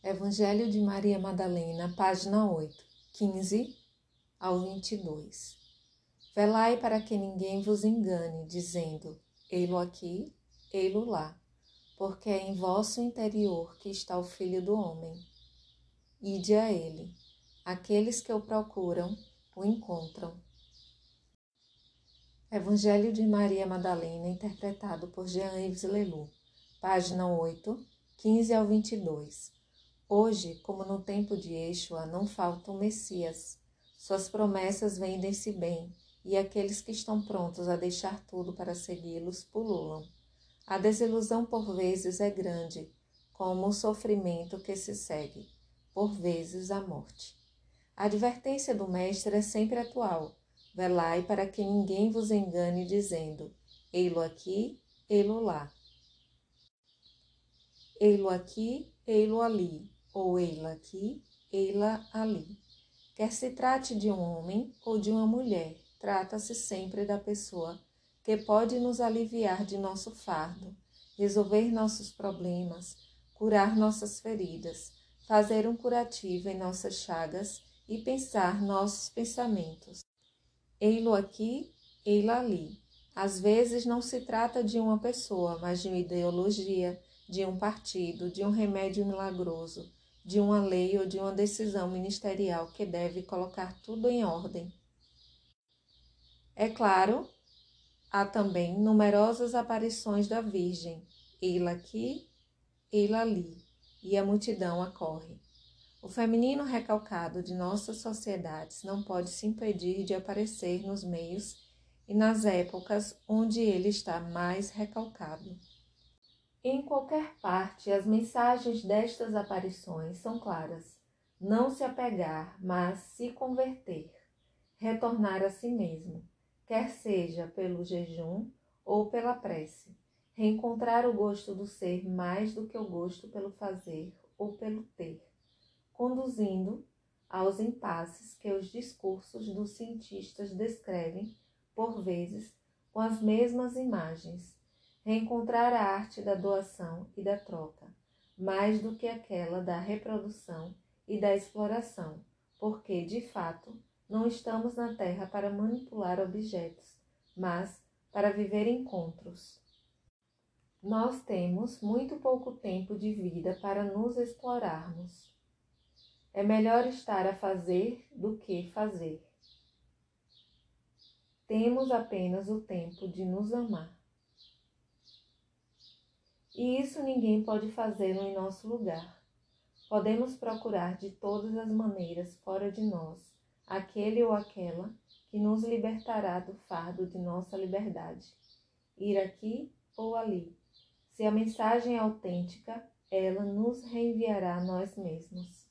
Evangelho de Maria Madalena, página 8, 15 ao 22. Velai para que ninguém vos engane, dizendo, ei-lo aqui, ei-lo lá, porque é em vosso interior que está o Filho do Homem. Ide a ele. Aqueles que o procuram, o encontram. Evangelho de Maria Madalena, interpretado por Jean-Yves Leloup, página 8, 15 ao 22. Hoje, como no tempo de Yeshua, não falta o Messias. Suas promessas vendem-se bem, e aqueles que estão prontos a deixar tudo para segui-los pululam. A desilusão por vezes é grande, como o sofrimento que se segue, por vezes a morte. A advertência do Mestre é sempre atual. Velai para que ninguém vos engane dizendo, ei-lo aqui, ei-lo lá. Ei-lo aqui, ei-lo ali, ou ei-la aqui, ei-la ali. Quer se trate de um homem ou de uma mulher, trata-se sempre da pessoa que pode nos aliviar de nosso fardo, resolver nossos problemas, curar nossas feridas, fazer um curativo em nossas chagas e pensar nossos pensamentos. Ei-lo aqui, ei-la ali. Às vezes não se trata de uma pessoa, mas de uma ideologia, de um partido, de um remédio milagroso, de uma lei ou de uma decisão ministerial que deve colocar tudo em ordem. É claro, há também numerosas aparições da Virgem, ei-la aqui, ei-la ali, e a multidão acorre. O feminino recalcado de nossas sociedades não pode se impedir de aparecer nos meios e nas épocas onde ele está mais recalcado. Em qualquer parte, as mensagens destas aparições são claras. Não se apegar, mas se converter, retornar a si mesmo, quer seja pelo jejum ou pela prece, reencontrar o gosto do ser mais do que o gosto pelo fazer ou pelo ter, conduzindo aos impasses que os discursos dos cientistas descrevem, por vezes, com as mesmas imagens, reencontrar a arte da doação e da troca, mais do que aquela da reprodução e da exploração, porque, de fato, não estamos na Terra para manipular objetos, mas para viver encontros. Nós temos muito pouco tempo de vida para nos explorarmos. É melhor estar a fazer do que fazer. Temos apenas o tempo de nos amar. E isso ninguém pode fazê-lo em nosso lugar. Podemos procurar de todas as maneiras fora de nós aquele ou aquela que nos libertará do fardo de nossa liberdade. Ir aqui ou ali. Se a mensagem é autêntica, ela nos reenviará a nós mesmos.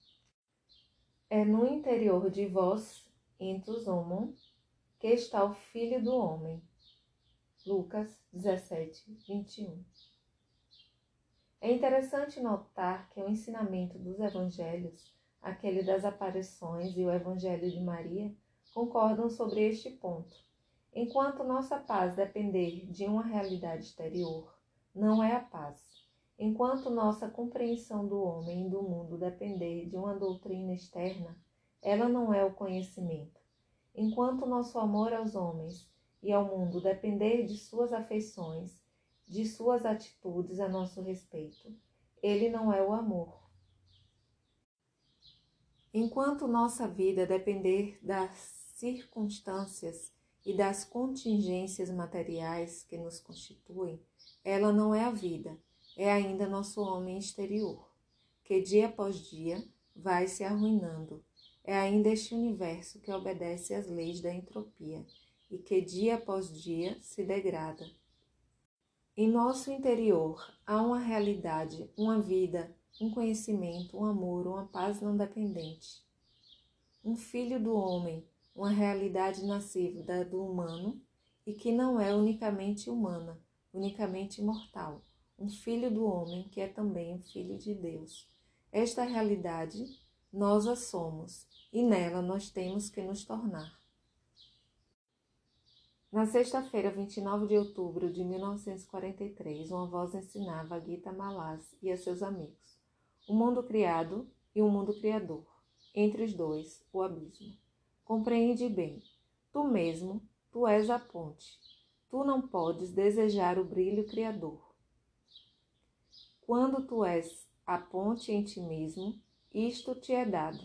É no interior de vós, entus homum, que está o Filho do Homem. Lucas 17, 21. É interessante notar que o ensinamento dos evangelhos, aquele das aparições e o Evangelho de Maria, concordam sobre este ponto. Enquanto nossa paz depender de uma realidade exterior, não é a paz. Enquanto nossa compreensão do homem e do mundo depender de uma doutrina externa, ela não é o conhecimento. Enquanto nosso amor aos homens e ao mundo depender de suas afeições, de suas atitudes a nosso respeito, ele não é o amor. Enquanto nossa vida depender das circunstâncias e das contingências materiais que nos constituem, ela não é a vida, é ainda nosso homem exterior, que dia após dia vai se arruinando. É ainda este universo que obedece às leis da entropia e que dia após dia se degrada. Em nosso interior há uma realidade, uma vida, um conhecimento, um amor, uma paz não dependente. Um filho do homem, uma realidade nascida do humano e que não é unicamente humana, unicamente mortal. Um filho do homem que é também um filho de Deus. Esta realidade nós a somos e nela nós temos que nos tornar. Na sexta-feira, 29 de outubro de 1943, uma voz ensinava a Gita Malas e a seus amigos. o mundo criado e o mundo criador. Entre os dois, o abismo. Compreende bem. Tu mesmo, tu és a ponte. Tu não podes desejar o brilho criador. Quando tu és a ponte em ti mesmo, isto te é dado.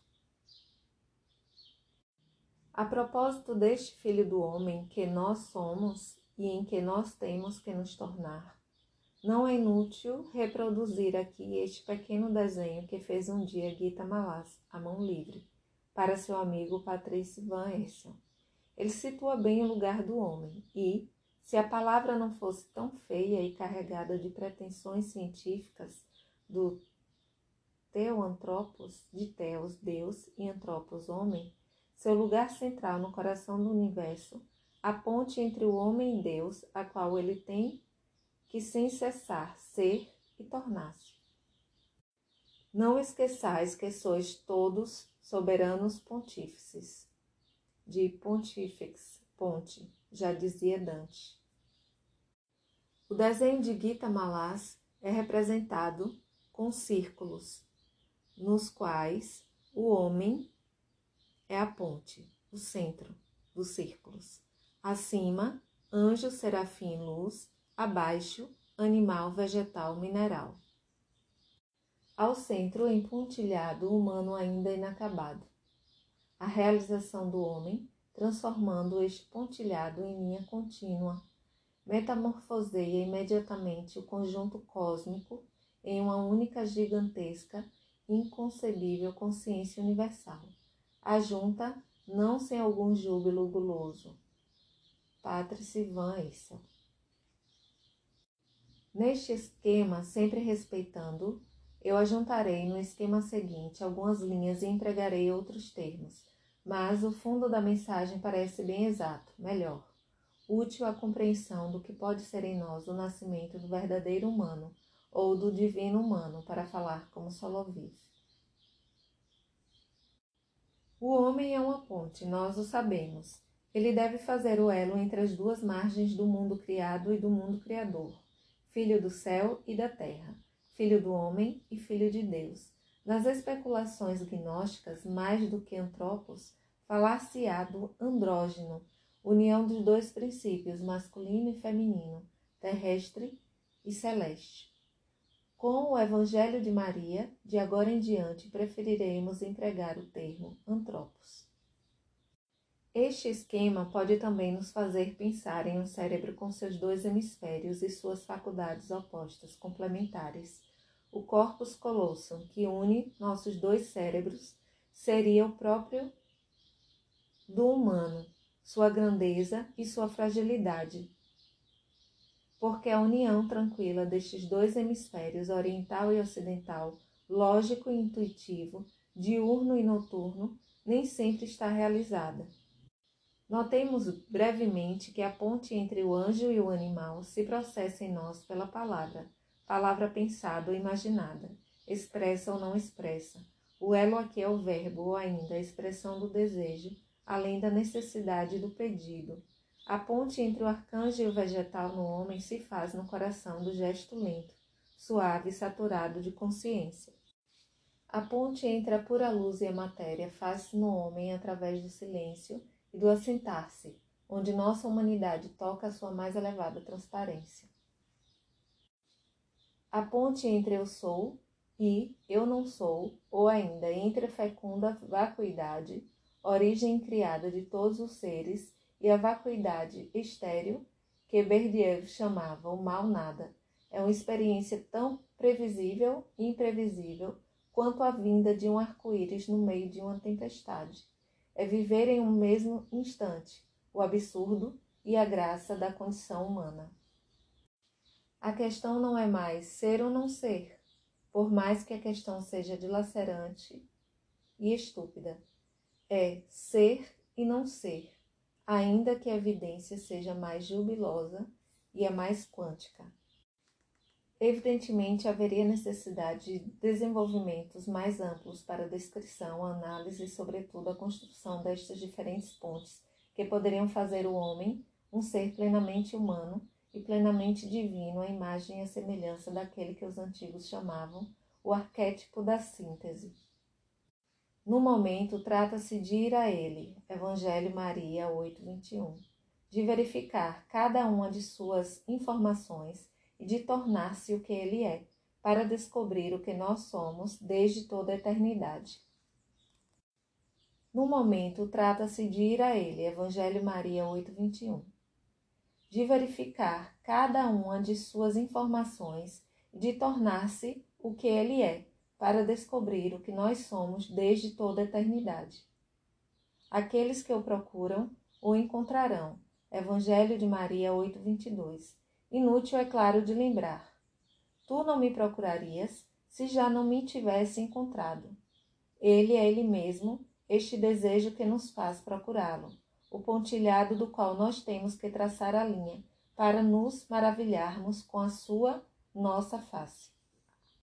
A propósito deste Filho do Homem que nós somos e em que nós temos que nos tornar, não é inútil reproduzir aqui este pequeno desenho que fez um dia Gita Malas, à mão livre, para seu amigo Patrice Van Hersen. Ele situa bem o lugar do homem e, se a palavra não fosse tão feia e carregada de pretensões científicas do Theanthropos, de Theos, Deus, e Anthropos, homem, seu lugar central no coração do universo, a ponte entre o homem e Deus, a qual ele tem que sem cessar ser e tornar-se. Não esqueçais que sois todos soberanos pontífices. De pontifex, ponte, já dizia Dante. O desenho de Gita Malas é representado com círculos, nos quais o homem é a ponte, o centro dos círculos. Acima, anjo, serafim, luz. Abaixo, animal, vegetal, mineral. Ao centro, empontilhado, o humano ainda inacabado. A realização do homem, transformando este pontilhado em linha contínua, metamorfoseia imediatamente o conjunto cósmico em uma única gigantesca, inconcebível consciência universal. Ajunta, não sem algum júbilo guloso. Patrice Van Hersen. Neste esquema, sempre respeitando, eu ajuntarei no esquema seguinte algumas linhas e empregarei outros termos, mas o fundo da mensagem parece bem exato, melhor, útil à compreensão do que pode ser em nós o nascimento do verdadeiro humano ou do divino humano, para falar como Soloviev. O homem é uma ponte, nós o sabemos. Ele deve fazer o elo entre as duas margens do mundo criado e do mundo criador. Filho do céu e da terra, filho do homem e filho de Deus. Nas especulações gnósticas, mais do que antropos, falar-se-á do andrógeno, união dos dois princípios, masculino e feminino, terrestre e celeste. Com o Evangelho de Maria, de agora em diante, preferiremos empregar o termo antropos. Este esquema pode também nos fazer pensar em um cérebro com seus dois hemisférios e suas faculdades opostas, complementares. O corpus colossum, que une nossos dois cérebros, seria o próprio do humano, sua grandeza e sua fragilidade. Porque a união tranquila destes dois hemisférios, oriental e ocidental, lógico e intuitivo, diurno e noturno, nem sempre está realizada. Notemos brevemente que a ponte entre o anjo e o animal se processa em nós pela palavra, palavra pensada ou imaginada, expressa ou não expressa. O elo aqui é o verbo ou ainda a expressão do desejo, além da necessidade do pedido. A ponte entre o arcanjo e o vegetal no homem se faz no coração do gesto lento, suave e saturado de consciência. A ponte entre a pura luz e a matéria faz-se no homem através do silêncio e do assentar-se, onde nossa humanidade toca a sua mais elevada transparência. A ponte entre eu sou e eu não sou, ou ainda entre a fecunda vacuidade, origem criada de todos os seres, e a vacuidade estéril, que Berdiev chamava o mal-nada, é uma experiência tão previsível e imprevisível quanto a vinda de um arco-íris no meio de uma tempestade. É viver em um mesmo instante o absurdo e a graça da condição humana. A questão não é mais ser ou não ser, por mais que a questão seja dilacerante e estúpida. É ser e não ser, ainda que a evidência seja mais jubilosa e a mais quântica. Evidentemente, haveria necessidade de desenvolvimentos mais amplos para a descrição, a análise e, sobretudo, a construção destas diferentes pontes que poderiam fazer o homem um ser plenamente humano e plenamente divino, à imagem e à semelhança daquele que os antigos chamavam o arquétipo da síntese. No momento, trata-se de ir a ele, Evangelho Maria 8:21, de verificar cada uma de suas informações e de tornar-se o que ele é, para descobrir o que nós somos desde toda a eternidade. No momento, trata-se de ir a ele, Evangelho Maria 8:21, de verificar cada uma de suas informações e de tornar-se o que ele é, para descobrir o que nós somos desde toda a eternidade. Aqueles que o procuram o encontrarão. Evangelho de Maria 8:22. Inútil é claro de lembrar. Tu não me procurarias se já não me tivesse encontrado. Ele é ele mesmo, este desejo que nos faz procurá-lo, o pontilhado do qual nós temos que traçar a linha para nos maravilharmos com a sua nossa face.